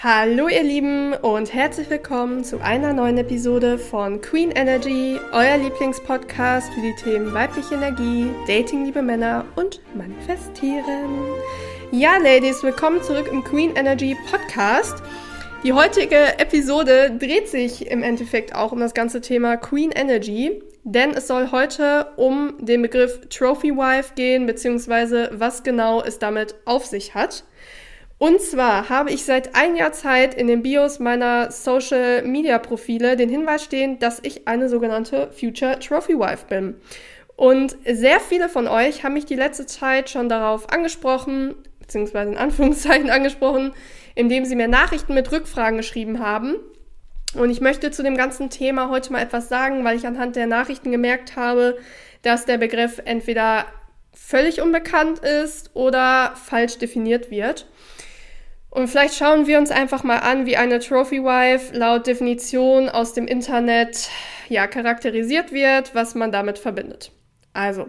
Hallo ihr Lieben und herzlich willkommen zu einer neuen Episode von Queen Energy, euer Lieblingspodcast für die Themen weibliche Energie, Dating, liebe Männer und Manifestieren. Ja, Ladies, willkommen zurück im Queen Energy Podcast. Die heutige Episode dreht sich im Endeffekt auch um das ganze Thema Queen Energy, denn es soll heute um den Begriff Trophy Wife gehen, beziehungsweise was genau es damit auf sich hat. Und zwar habe ich seit einem Jahr Zeit in den Bios meiner Social-Media-Profile den Hinweis stehen, dass ich eine sogenannte Future Trophy Wife bin. Und sehr viele von euch haben mich die letzte Zeit schon darauf angesprochen, beziehungsweise in Anführungszeichen angesprochen, indem sie mir Nachrichten mit Rückfragen geschrieben haben. Und ich möchte zu dem ganzen Thema heute mal etwas sagen, weil ich anhand der Nachrichten gemerkt habe, dass der Begriff entweder völlig unbekannt ist oder falsch definiert wird. Und vielleicht schauen wir uns einfach mal an, wie eine Trophy Wife laut Definition aus dem Internet charakterisiert wird, was man damit verbindet. Also,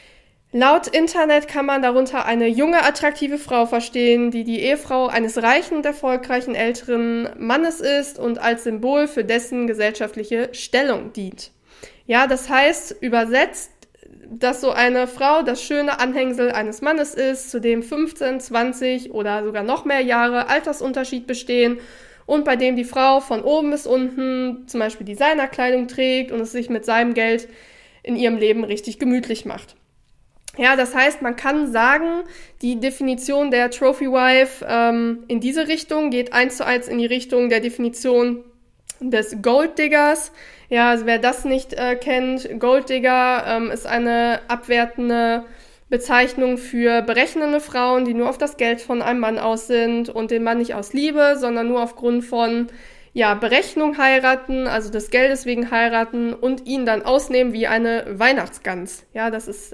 laut Internet kann man darunter eine junge, attraktive Frau verstehen, die die Ehefrau eines reichen und erfolgreichen älteren Mannes ist und als Symbol für dessen gesellschaftliche Stellung dient. Ja, das heißt, übersetzt, dass so eine Frau das schöne Anhängsel eines Mannes ist, zu dem 15, 20 oder sogar noch mehr Jahre Altersunterschied bestehen und bei dem die Frau von oben bis unten zum Beispiel Designerkleidung trägt und es sich mit seinem Geld in ihrem Leben richtig gemütlich macht. Ja, das heißt, man kann sagen, die Definition der Trophy Wife in diese Richtung geht 1:1 in die Richtung der Definition des Golddiggers. Ja, also wer das nicht kennt, Golddigger ist eine abwertende Bezeichnung für berechnende Frauen, die nur auf das Geld von einem Mann aus sind und den Mann nicht aus Liebe, sondern nur aufgrund von Berechnung heiraten, also des Geldes wegen heiraten und ihn dann ausnehmen wie eine Weihnachtsgans. Ja, das ist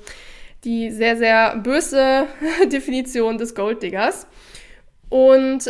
die sehr, sehr böse Definition des Golddiggers. Und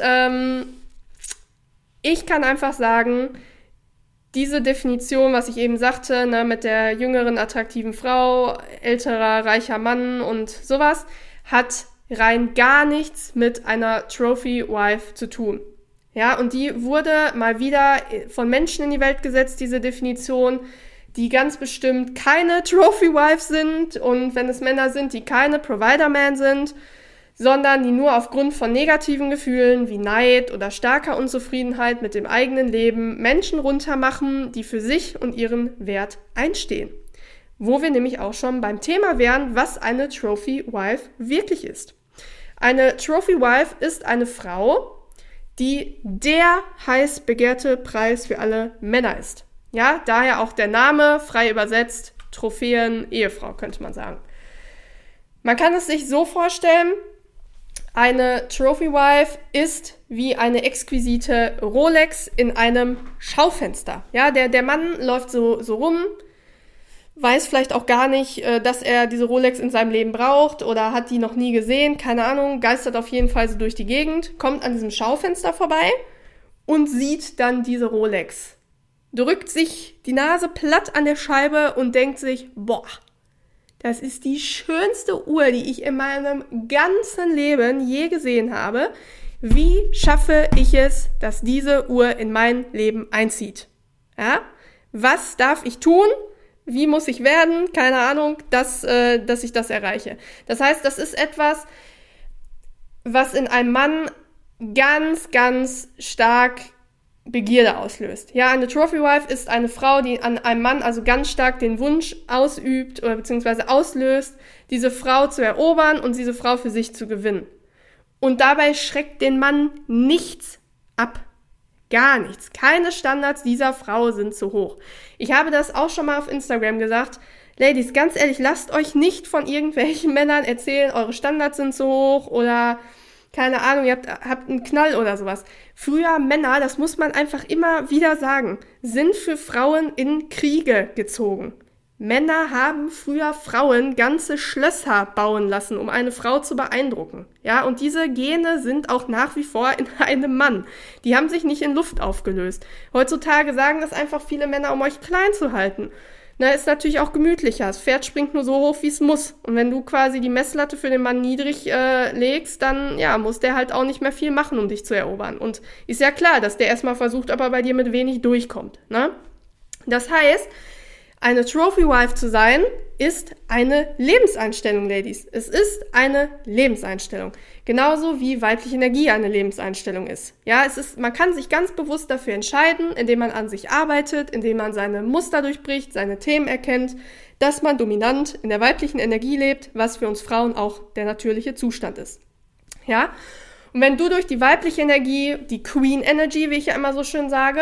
ich kann einfach sagen, diese Definition, was ich eben sagte, mit der jüngeren, attraktiven Frau, älterer, reicher Mann und sowas, hat rein gar nichts mit einer Trophy Wife zu tun. Ja, und die wurde mal wieder von Menschen in die Welt gesetzt, diese Definition, die ganz bestimmt keine Trophy Wife sind und wenn es Männer sind, die keine Provider Man sind, sondern die nur aufgrund von negativen Gefühlen wie Neid oder starker Unzufriedenheit mit dem eigenen Leben Menschen runtermachen, die für sich und ihren Wert einstehen. Wo wir nämlich auch schon beim Thema wären, was eine Trophy Wife wirklich ist. Eine Trophy Wife ist eine Frau, die der heiß begehrte Preis für alle Männer ist. Ja, daher auch der Name, frei übersetzt, Trophäen-Ehefrau, könnte man sagen. Man kann es sich so vorstellen, eine Trophy Wife ist wie eine exquisite Rolex in einem Schaufenster. Ja, der Mann läuft so rum, weiß vielleicht auch gar nicht, dass er diese Rolex in seinem Leben braucht oder hat die noch nie gesehen, keine Ahnung, geistert auf jeden Fall so durch die Gegend, kommt an diesem Schaufenster vorbei und sieht dann diese Rolex. Drückt sich die Nase platt an der Scheibe und denkt sich, boah, das ist die schönste Uhr, die ich in meinem ganzen Leben je gesehen habe. Wie schaffe ich es, dass diese Uhr in mein Leben einzieht? Ja? Was darf ich tun? Wie muss ich werden? Keine Ahnung, dass ich das erreiche. Das heißt, das ist etwas, was in einem Mann ganz, ganz stark Begierde auslöst. Ja, eine Trophy Wife ist eine Frau, die an einem Mann also ganz stark den Wunsch ausübt oder beziehungsweise auslöst, diese Frau zu erobern und diese Frau für sich zu gewinnen. Und dabei schreckt den Mann nichts ab. Gar nichts. Keine Standards dieser Frau sind zu hoch. Ich habe das auch schon mal auf Instagram gesagt. Ladies, ganz ehrlich, lasst euch nicht von irgendwelchen Männern erzählen, eure Standards sind zu hoch oder keine Ahnung, ihr habt einen Knall oder sowas. Früher Männer, das muss man einfach immer wieder sagen, sind für Frauen in Kriege gezogen. Männer haben früher Frauen ganze Schlösser bauen lassen, um eine Frau zu beeindrucken. Ja, und diese Gene sind auch nach wie vor in einem Mann. Die haben sich nicht in Luft aufgelöst. Heutzutage sagen das einfach viele Männer, um euch klein zu halten. ne, ist natürlich auch gemütlicher. Das Pferd springt nur so hoch, wie es muss. Und wenn du quasi die Messlatte für den Mann niedrig legst, dann ja, muss der halt auch nicht mehr viel machen, um dich zu erobern. Und ist ja klar, dass der erstmal versucht, aber bei dir mit wenig durchkommt. Ne? Das heißt, eine Trophy Wife zu sein, ist eine Lebenseinstellung, Ladies. Es ist eine Lebenseinstellung. Genauso wie weibliche Energie eine Lebenseinstellung ist. Ja, man kann sich ganz bewusst dafür entscheiden, indem man an sich arbeitet, indem man seine Muster durchbricht, seine Themen erkennt, dass man dominant in der weiblichen Energie lebt, was für uns Frauen auch der natürliche Zustand ist. Ja, und wenn du durch die weibliche Energie, die Queen Energy, wie ich ja immer so schön sage,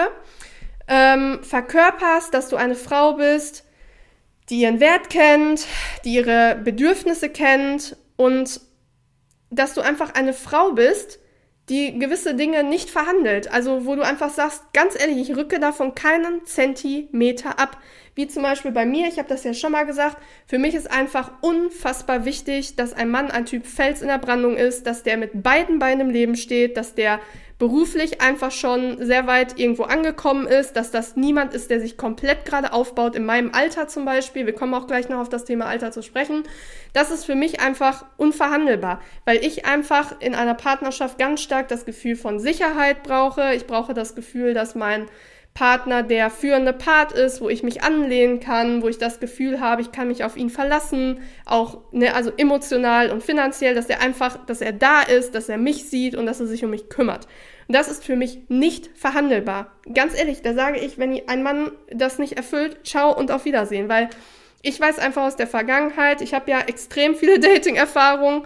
verkörperst, dass du eine Frau bist, die ihren Wert kennt, die ihre Bedürfnisse kennt und dass du einfach eine Frau bist, die gewisse Dinge nicht verhandelt. Also wo du einfach sagst, ganz ehrlich, ich rücke davon keinen Zentimeter ab. Wie zum Beispiel bei mir, ich habe das ja schon mal gesagt, für mich ist einfach unfassbar wichtig, dass ein Mann ein Typ Fels in der Brandung ist, dass der mit beiden Beinen im Leben steht, dass der beruflich einfach schon sehr weit irgendwo angekommen ist, dass das niemand ist, der sich komplett gerade aufbaut, in meinem Alter zum Beispiel. Wir kommen auch gleich noch auf das Thema Alter zu sprechen. Das ist für mich einfach unverhandelbar, weil ich einfach in einer Partnerschaft ganz stark das Gefühl von Sicherheit brauche. Ich brauche das Gefühl, dass mein Partner der führende Part ist, wo ich mich anlehnen kann, wo ich das Gefühl habe, ich kann mich auf ihn verlassen, auch also emotional und finanziell, dass er da ist, dass er mich sieht und dass er sich um mich kümmert. Und das ist für mich nicht verhandelbar. Ganz ehrlich, da sage ich, wenn ein Mann das nicht erfüllt, ciao und auf Wiedersehen, weil ich weiß einfach aus der Vergangenheit, ich habe ja extrem viele Dating-Erfahrungen,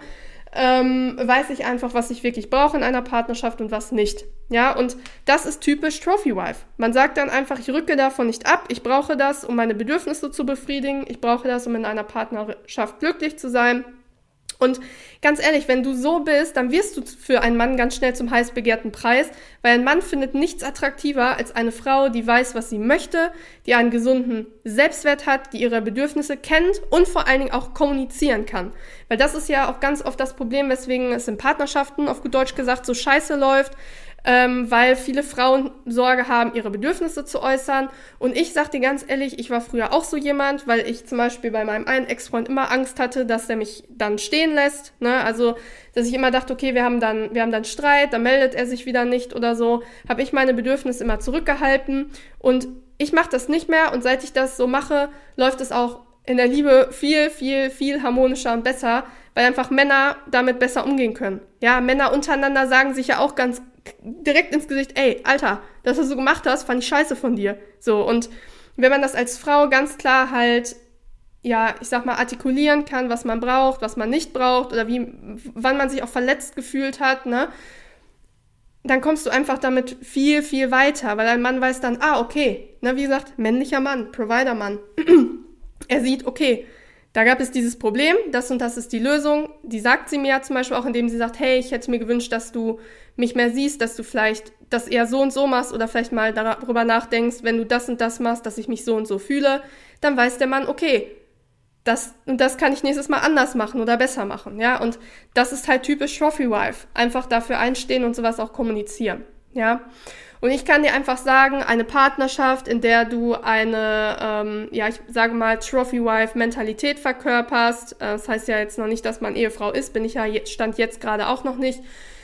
weiß ich einfach, was ich wirklich brauche in einer Partnerschaft und was nicht. Ja, und das ist typisch Trophy Wife. Man sagt dann einfach, ich rücke davon nicht ab, ich brauche das, um meine Bedürfnisse zu befriedigen, ich brauche das, um in einer Partnerschaft glücklich zu sein. Und ganz ehrlich, wenn du so bist, dann wirst du für einen Mann ganz schnell zum heiß begehrten Preis, weil ein Mann findet nichts attraktiver als eine Frau, die weiß, was sie möchte, die einen gesunden Selbstwert hat, die ihre Bedürfnisse kennt und vor allen Dingen auch kommunizieren kann. Weil das ist ja auch ganz oft das Problem, weswegen es in Partnerschaften, auf gut Deutsch gesagt, so scheiße läuft, weil viele Frauen Sorge haben, ihre Bedürfnisse zu äußern. Und ich sag dir ganz ehrlich, ich war früher auch so jemand, weil ich zum Beispiel bei meinem einen Ex-Freund immer Angst hatte, dass er mich dann stehen lässt. Ne? Also, dass ich immer dachte, okay, wir haben dann Streit, dann meldet er sich wieder nicht oder so. Habe ich meine Bedürfnisse immer zurückgehalten. Und ich mache das nicht mehr. Und seit ich das so mache, läuft es auch in der Liebe viel, viel, viel harmonischer und besser, weil einfach Männer damit besser umgehen können. Ja, Männer untereinander sagen sich ja auch ganz direkt ins Gesicht, ey, Alter, das, was du gemacht hast, fand ich scheiße von dir. So, und wenn man das als Frau ganz klar halt, ja, ich sag mal, artikulieren kann, was man braucht, was man nicht braucht oder wann man sich auch verletzt gefühlt hat, ne, dann kommst du einfach damit viel, viel weiter, weil ein Mann weiß dann, okay, ne, wie gesagt, männlicher Mann, Provider-Mann. Er sieht, okay, da gab es dieses Problem, das und das ist die Lösung. Die sagt sie mir ja zum Beispiel auch, indem sie sagt, hey, ich hätte mir gewünscht, dass du mich mehr siehst, dass du vielleicht das eher so und so machst oder vielleicht mal darüber nachdenkst, wenn du das und das machst, dass ich mich so und so fühle. Dann weiß der Mann, okay, das und das kann ich nächstes Mal anders machen oder besser machen. Ja, und das ist halt typisch Trophy Wife. Einfach dafür einstehen und sowas auch kommunizieren. Ja. Und ich kann dir einfach sagen, eine Partnerschaft, in der du eine, ich sage mal, Trophy-Wife-Mentalität verkörperst, das heißt ja jetzt noch nicht, dass man Ehefrau ist, bin ich ja Stand jetzt gerade auch noch nicht.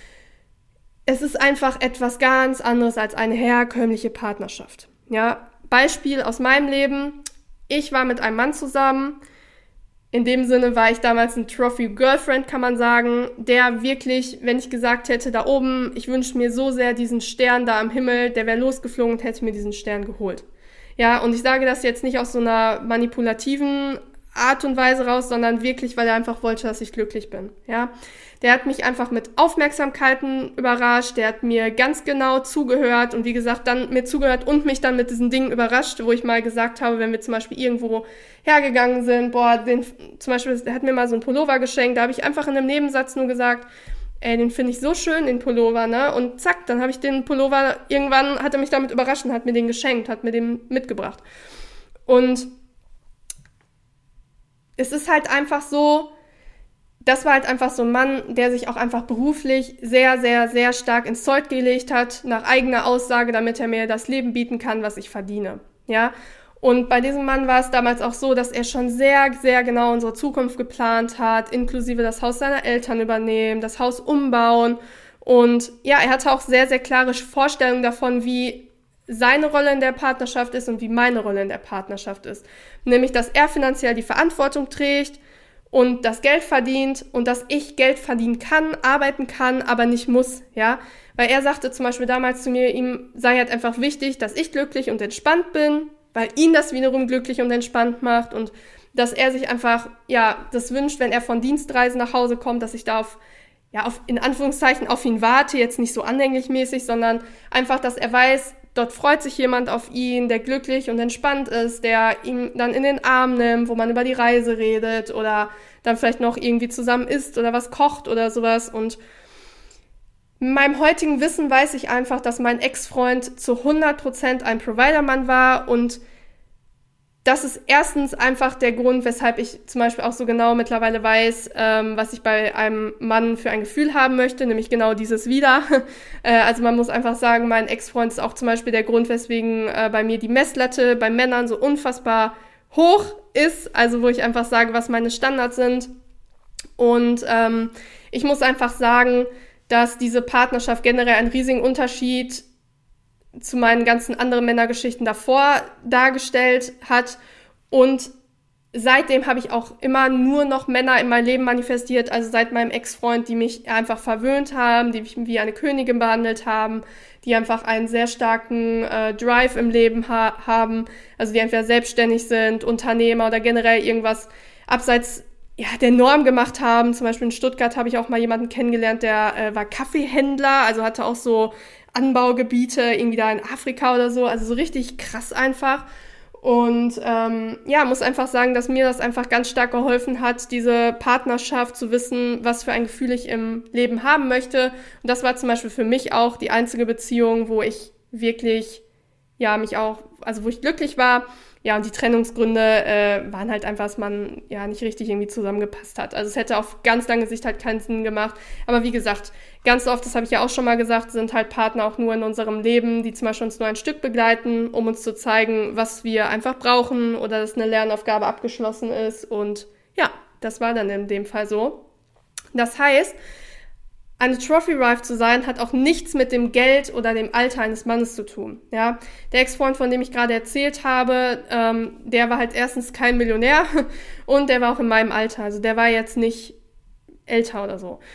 Es ist einfach etwas ganz anderes als eine herkömmliche Partnerschaft. Ja, Beispiel aus meinem Leben, ich war mit einem Mann zusammen. In dem Sinne war ich damals ein Trophy-Girlfriend, kann man sagen, der wirklich, wenn ich gesagt hätte, da oben, ich wünsche mir so sehr diesen Stern da am Himmel, der wäre losgeflogen und hätte mir diesen Stern geholt. Ja, und ich sage das jetzt nicht aus so einer manipulativen Art und Weise raus, sondern wirklich, weil er einfach wollte, dass ich glücklich bin. Ja, der hat mich einfach mit Aufmerksamkeiten überrascht, der hat mir ganz genau zugehört und wie gesagt, dann mir zugehört und mich dann mit diesen Dingen überrascht, wo ich mal gesagt habe, wenn wir zum Beispiel irgendwo hergegangen sind, zum Beispiel, der hat mir mal so einen Pullover geschenkt, da habe ich einfach in einem Nebensatz nur gesagt, ey, den finde ich so schön, den Pullover, ne? Und zack, dann habe ich den Pullover, irgendwann hat er mich damit überrascht und hat mir den geschenkt, hat mir den mitgebracht. Und es ist halt einfach so, das war halt einfach so ein Mann, der sich auch einfach beruflich sehr, sehr, sehr stark ins Zeug gelegt hat, nach eigener Aussage, damit er mir das Leben bieten kann, was ich verdiene. Ja, Und bei diesem Mann war es damals auch so, dass er schon sehr, sehr genau unsere Zukunft geplant hat, inklusive das Haus seiner Eltern übernehmen, das Haus umbauen. Und ja, er hatte auch sehr, sehr klare Vorstellungen davon, wie seine Rolle in der Partnerschaft ist und wie meine Rolle in der Partnerschaft ist. Nämlich, dass er finanziell die Verantwortung trägt und das Geld verdient und dass ich Geld verdienen kann, arbeiten kann, aber nicht muss, ja. Weil er sagte zum Beispiel damals zu mir, ihm sei halt einfach wichtig, dass ich glücklich und entspannt bin, weil ihn das wiederum glücklich und entspannt macht und dass er sich einfach, ja, das wünscht, wenn er von Dienstreisen nach Hause kommt, dass ich da auf in Anführungszeichen auf ihn warte, jetzt nicht so anhänglich-mäßig, sondern einfach, dass er weiß, dort freut sich jemand auf ihn, der glücklich und entspannt ist, der ihn dann in den Arm nimmt, wo man über die Reise redet oder dann vielleicht noch irgendwie zusammen isst oder was kocht oder sowas. Und mit meinem heutigen Wissen weiß ich einfach, dass mein Ex-Freund zu 100% ein Provider-Mann war und das ist erstens einfach der Grund, weshalb ich zum Beispiel auch so genau mittlerweile weiß, was ich bei einem Mann für ein Gefühl haben möchte, nämlich genau dieses wieder. Also man muss einfach sagen, mein Ex-Freund ist auch zum Beispiel der Grund, weswegen bei mir die Messlatte bei Männern so unfassbar hoch ist, also wo ich einfach sage, was meine Standards sind. Und ich muss einfach sagen, dass diese Partnerschaft generell einen riesigen Unterschied zu meinen ganzen anderen Männergeschichten davor dargestellt hat. Und seitdem habe ich auch immer nur noch Männer in mein Leben manifestiert, also seit meinem Ex-Freund, die mich einfach verwöhnt haben, die mich wie eine Königin behandelt haben, die einfach einen sehr starken Drive im Leben haben, also die entweder selbstständig sind, Unternehmer oder generell irgendwas abseits der Norm gemacht haben. Zum Beispiel in Stuttgart habe ich auch mal jemanden kennengelernt, der war Kaffeehändler, also hatte auch so Anbaugebiete, irgendwie da in Afrika oder so, also so richtig krass einfach. Und muss einfach sagen, dass mir das einfach ganz stark geholfen hat, diese Partnerschaft zu wissen, was für ein Gefühl ich im Leben haben möchte. Und das war zum Beispiel für mich auch die einzige Beziehung, wo ich wirklich, wo ich glücklich war. Ja, und die Trennungsgründe waren halt einfach, dass man nicht richtig irgendwie zusammengepasst hat. Also es hätte auf ganz lange Sicht halt keinen Sinn gemacht. Aber wie gesagt, ganz oft, das habe ich ja auch schon mal gesagt, sind halt Partner auch nur in unserem Leben, die zum Beispiel uns nur ein Stück begleiten, um uns zu zeigen, was wir einfach brauchen oder dass eine Lernaufgabe abgeschlossen ist. Und ja, das war dann in dem Fall so. Das heißt, eine Trophy-Wife zu sein, hat auch nichts mit dem Geld oder dem Alter eines Mannes zu tun. Ja? Der Ex-Freund, von dem ich gerade erzählt habe, der war halt erstens kein Millionär und der war auch in meinem Alter. Also der war jetzt nicht älter oder so.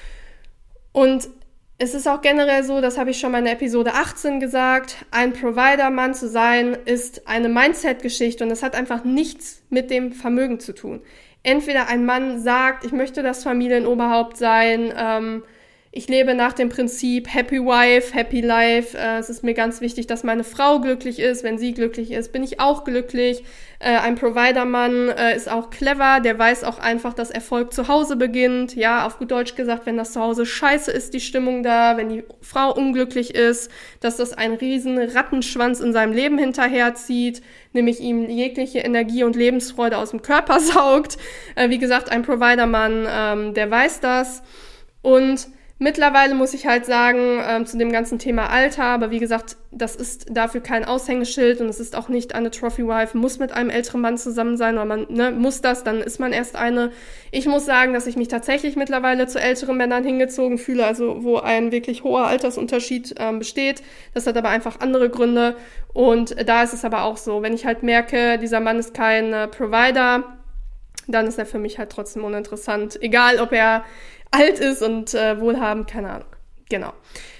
Und es ist auch generell so, das habe ich schon mal in der Episode 18 gesagt, ein Provider-Mann zu sein, ist eine Mindset-Geschichte und das hat einfach nichts mit dem Vermögen zu tun. Entweder ein Mann sagt, ich möchte das Familienoberhaupt sein, ich lebe nach dem Prinzip Happy Wife, Happy Life. Es ist mir ganz wichtig, dass meine Frau glücklich ist. Wenn sie glücklich ist, bin ich auch glücklich. Ein Provider-Mann ist auch clever. Der weiß auch einfach, dass Erfolg zu Hause beginnt. Ja, auf gut Deutsch gesagt, wenn das zu Hause scheiße ist, die Stimmung da, wenn die Frau unglücklich ist, dass das einen riesen Rattenschwanz in seinem Leben hinterherzieht, nämlich ihm jegliche Energie und Lebensfreude aus dem Körper saugt. Wie gesagt, ein Provider-Mann, der weiß das. Und mittlerweile muss ich halt sagen, zu dem ganzen Thema Alter, aber wie gesagt, das ist dafür kein Aushängeschild und es ist auch nicht eine Trophy-Wife, muss mit einem älteren Mann zusammen sein oder man muss das, dann ist man erst eine. Ich muss sagen, dass ich mich tatsächlich mittlerweile zu älteren Männern hingezogen fühle, also wo ein wirklich hoher Altersunterschied besteht. Das hat aber einfach andere Gründe und da ist es aber auch so, wenn ich halt merke, dieser Mann ist kein Provider, dann ist er für mich halt trotzdem uninteressant, egal ob er alt ist und wohlhabend, keine Ahnung. Genau.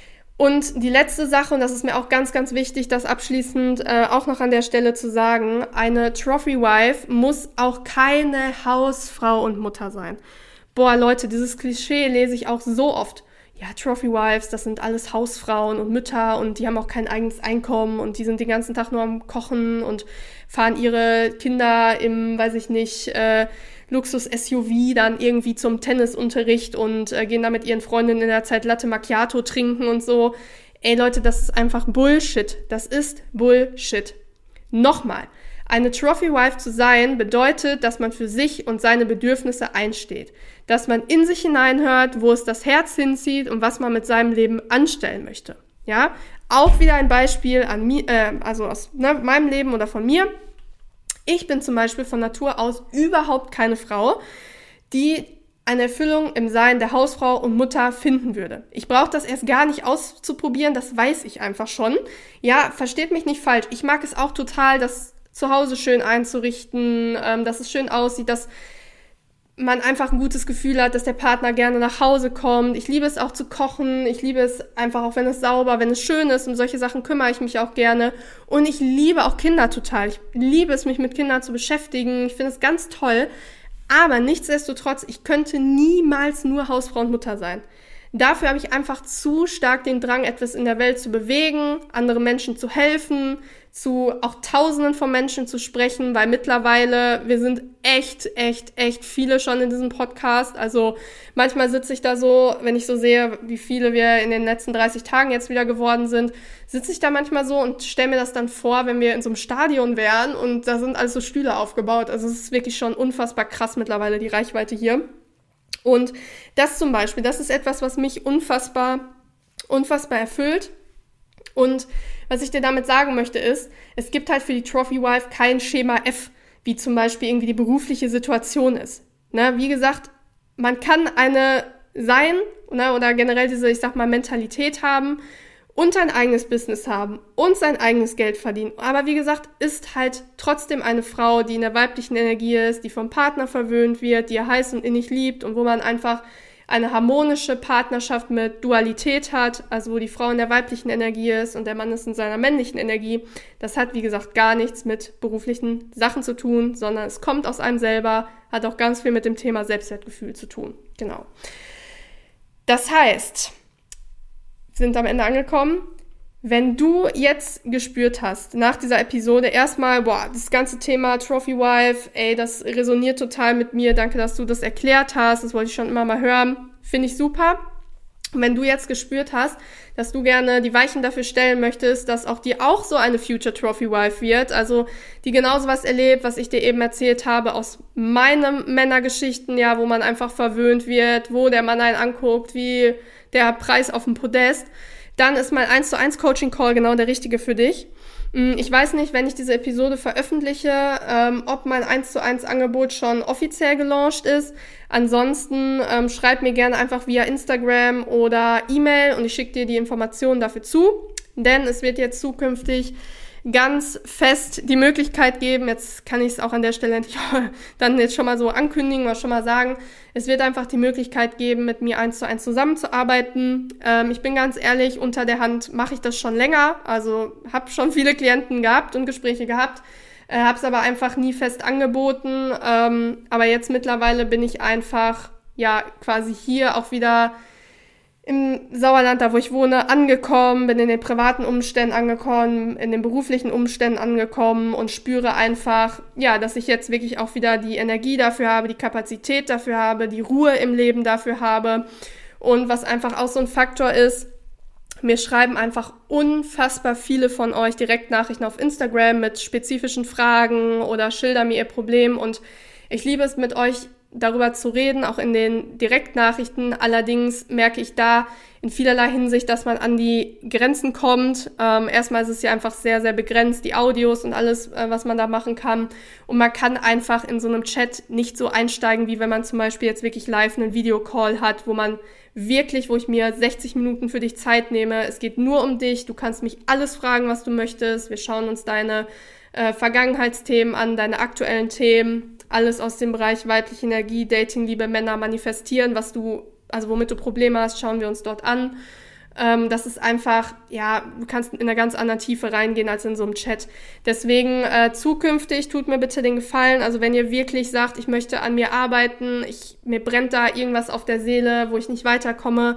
Und die letzte Sache, und das ist mir auch ganz, ganz wichtig, das abschließend auch noch an der Stelle zu sagen, eine Trophy-Wife muss auch keine Hausfrau und Mutter sein. Boah, Leute, dieses Klischee lese ich auch so oft. Ja, Trophy-Wives, das sind alles Hausfrauen und Mütter und die haben auch kein eigenes Einkommen und die sind den ganzen Tag nur am Kochen und fahren ihre Kinder im, weiß ich nicht, Luxus-SUV dann irgendwie zum Tennisunterricht und gehen da mit ihren Freundinnen in der Zeit Latte Macchiato trinken und so. Ey Leute, das ist einfach Bullshit. Das ist Bullshit. Nochmal, eine Trophy-Wife zu sein bedeutet, dass man für sich und seine Bedürfnisse einsteht. Dass man in sich hineinhört, wo es das Herz hinzieht und was man mit seinem Leben anstellen möchte. Ja, auch wieder ein Beispiel an mir, also aus meinem Leben oder von mir. Ich bin zum Beispiel von Natur aus überhaupt keine Frau, die eine Erfüllung im Sein der Hausfrau und Mutter finden würde. Ich brauche das erst gar nicht auszuprobieren, das weiß ich einfach schon. Ja, versteht mich nicht falsch, ich mag es auch total, das zu Hause schön einzurichten, dass es schön aussieht, dass man einfach ein gutes Gefühl hat, dass der Partner gerne nach Hause kommt. Ich liebe es auch zu kochen. Ich liebe es einfach auch, wenn es sauber, wenn es schön ist. Um solche Sachen kümmere ich mich auch gerne. Und ich liebe auch Kinder total. Ich liebe es, mich mit Kindern zu beschäftigen. Ich finde es ganz toll. Aber nichtsdestotrotz, ich könnte niemals nur Hausfrau und Mutter sein. Dafür habe ich einfach zu stark den Drang, etwas in der Welt zu bewegen, anderen Menschen zu helfen, zu auch Tausenden von Menschen zu sprechen, weil mittlerweile, wir sind echt viele schon in diesem Podcast. Also manchmal sitze ich da so, wenn ich so sehe, wie viele wir in den letzten 30 Tagen jetzt wieder geworden sind, sitze ich da manchmal so und stelle mir das dann vor, wenn wir in so einem Stadion wären und da sind alles so Stühle aufgebaut. Also es ist wirklich schon unfassbar krass mittlerweile, die Reichweite hier. Und das zum Beispiel, das ist etwas, was mich unfassbar erfüllt. Und was ich dir damit sagen möchte ist, es gibt halt für die Trophy Wife kein Schema F, wie zum Beispiel irgendwie die berufliche Situation ist. Ne? Wie gesagt, man kann eine sein, ne, oder generell diese, ich sag mal, Mentalität haben und ein eigenes Business haben und sein eigenes Geld verdienen. Aber wie gesagt, ist halt trotzdem eine Frau, die in der weiblichen Energie ist, die vom Partner verwöhnt wird, die er heiß und innig liebt und wo man einfach eine harmonische Partnerschaft mit Dualität hat, also wo die Frau in der weiblichen Energie ist und der Mann ist in seiner männlichen Energie. Das hat, wie gesagt, gar nichts mit beruflichen Sachen zu tun, sondern es kommt aus einem selber, hat auch ganz viel mit dem Thema Selbstwertgefühl zu tun. Genau. Das heißt, wir sind am Ende angekommen. Wenn du jetzt gespürt hast, nach dieser Episode erstmal, das ganze Thema Trophy Wife, das resoniert total mit mir, danke, dass du das erklärt hast, das wollte ich schon immer mal hören, finde ich super. Und wenn du jetzt gespürt hast, dass du gerne die Weichen dafür stellen möchtest, dass auch dir auch so eine Future Trophy Wife wird, also die genauso was erlebt, was ich dir eben erzählt habe aus meinen Männergeschichten, ja, wo man einfach verwöhnt wird, wo der Mann einen anguckt, wie der Preis auf dem Podest, dann ist mein 1:1 Coaching Call genau der richtige für dich. Ich weiß nicht, wenn ich diese Episode veröffentliche, ob mein 1:1 Angebot schon offiziell gelauncht ist. Ansonsten schreib mir gerne einfach via Instagram oder E-Mail und ich schicke dir die Informationen dafür zu. Denn es wird jetzt zukünftig ganz fest die Möglichkeit geben, jetzt kann ich es auch an der Stelle dann jetzt schon mal so ankündigen oder schon mal sagen, es wird einfach die Möglichkeit geben, mit mir 1:1 zusammenzuarbeiten. Ich bin ganz ehrlich, unter der Hand mache ich das schon länger, also habe schon viele Klienten gehabt und Gespräche gehabt, habe es aber einfach nie fest angeboten, aber jetzt mittlerweile bin ich einfach, ja, quasi hier auch wieder im Sauerland, da wo ich wohne, angekommen, bin in den privaten Umständen angekommen, in den beruflichen Umständen angekommen und spüre einfach, ja, dass ich jetzt wirklich auch wieder die Energie dafür habe, die Kapazität dafür habe, die Ruhe im Leben dafür habe. Und was einfach auch so ein Faktor ist, mir schreiben einfach unfassbar viele von euch Direktnachrichten auf Instagram mit spezifischen Fragen oder schildern mir ihr Problem und ich liebe es, mit euch darüber zu reden, auch in den Direktnachrichten. Allerdings merke ich da in vielerlei Hinsicht, dass man an die Grenzen kommt. Erstmal ist es ja einfach sehr, sehr begrenzt, die Audios und alles, was man da machen kann. Und man kann einfach in so einem Chat nicht so einsteigen, wie wenn man zum Beispiel jetzt wirklich live einen Videocall hat, wo ich mir 60 Minuten für dich Zeit nehme. Es geht nur um dich. Du kannst mich alles fragen, was du möchtest. Wir schauen uns deine Vergangenheitsthemen an, deine aktuellen Themen, alles aus dem Bereich weibliche Energie, Dating, Liebe, Männer, Manifestieren, womit du Probleme hast, schauen wir uns dort an. Das ist einfach, ja, du kannst in einer ganz anderen Tiefe reingehen als in so einem Chat. Deswegen zukünftig tut mir bitte den Gefallen, also wenn ihr wirklich sagt, ich möchte an mir arbeiten, mir brennt da irgendwas auf der Seele, wo ich nicht weiterkomme,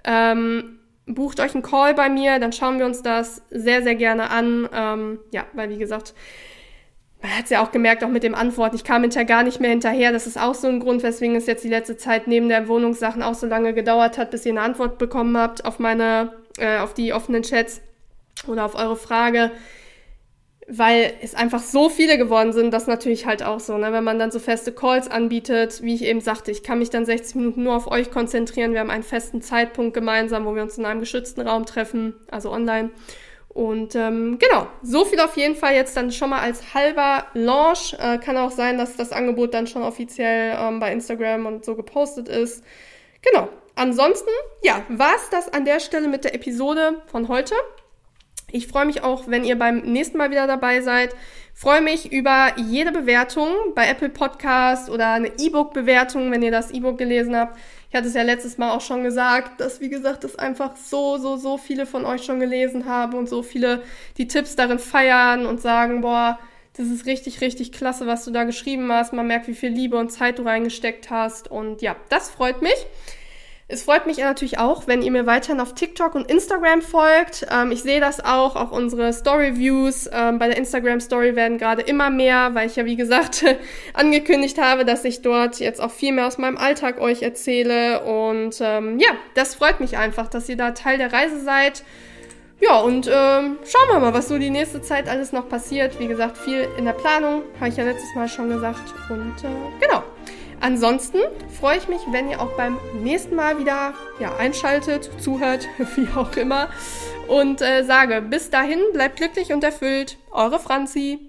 bucht euch einen Call bei mir, dann schauen wir uns das sehr, sehr gerne an. Weil wie gesagt, man hat es ja auch gemerkt, auch mit dem Antworten, ich kam hinterher gar nicht mehr hinterher. Das ist auch so ein Grund, weswegen es jetzt die letzte Zeit neben der Wohnungssachen auch so lange gedauert hat, bis ihr eine Antwort bekommen habt auf die offenen Chats oder auf eure Frage, weil es einfach so viele geworden sind, das natürlich halt auch so, ne? Wenn man dann so feste Calls anbietet, wie ich eben sagte, ich kann mich dann 60 Minuten nur auf euch konzentrieren, wir haben einen festen Zeitpunkt gemeinsam, wo wir uns in einem geschützten Raum treffen, also online. Und genau, so viel auf jeden Fall jetzt dann schon mal als halber Launch. Kann auch sein, dass das Angebot dann schon offiziell bei Instagram und so gepostet ist. Genau, ansonsten, ja, war's das an der Stelle mit der Episode von heute. Ich freue mich auch, wenn ihr beim nächsten Mal wieder dabei seid. Freue mich über jede Bewertung bei Apple Podcast oder eine E-Book-Bewertung, wenn ihr das E-Book gelesen habt. Ich hatte es ja letztes Mal auch schon gesagt, dass, wie gesagt, das einfach so viele von euch schon gelesen haben und so viele die Tipps darin feiern und sagen, boah, das ist richtig, richtig klasse, was du da geschrieben hast. Man merkt, wie viel Liebe und Zeit du reingesteckt hast. Und ja, das freut mich. Es freut mich natürlich auch, wenn ihr mir weiterhin auf TikTok und Instagram folgt. Ich sehe das auch unsere Story-Views bei der Instagram-Story werden gerade immer mehr, weil ich ja, wie gesagt, angekündigt habe, dass ich dort jetzt auch viel mehr aus meinem Alltag euch erzähle. Und ja, das freut mich einfach, dass ihr da Teil der Reise seid. Ja, und schauen wir mal, was so die nächste Zeit alles noch passiert. Wie gesagt, viel in der Planung, habe ich ja letztes Mal schon gesagt. Und genau. Ansonsten freue ich mich, wenn ihr auch beim nächsten Mal wieder einschaltet, zuhört, wie auch immer. Und sage bis dahin, bleibt glücklich und erfüllt. Eure Franzi.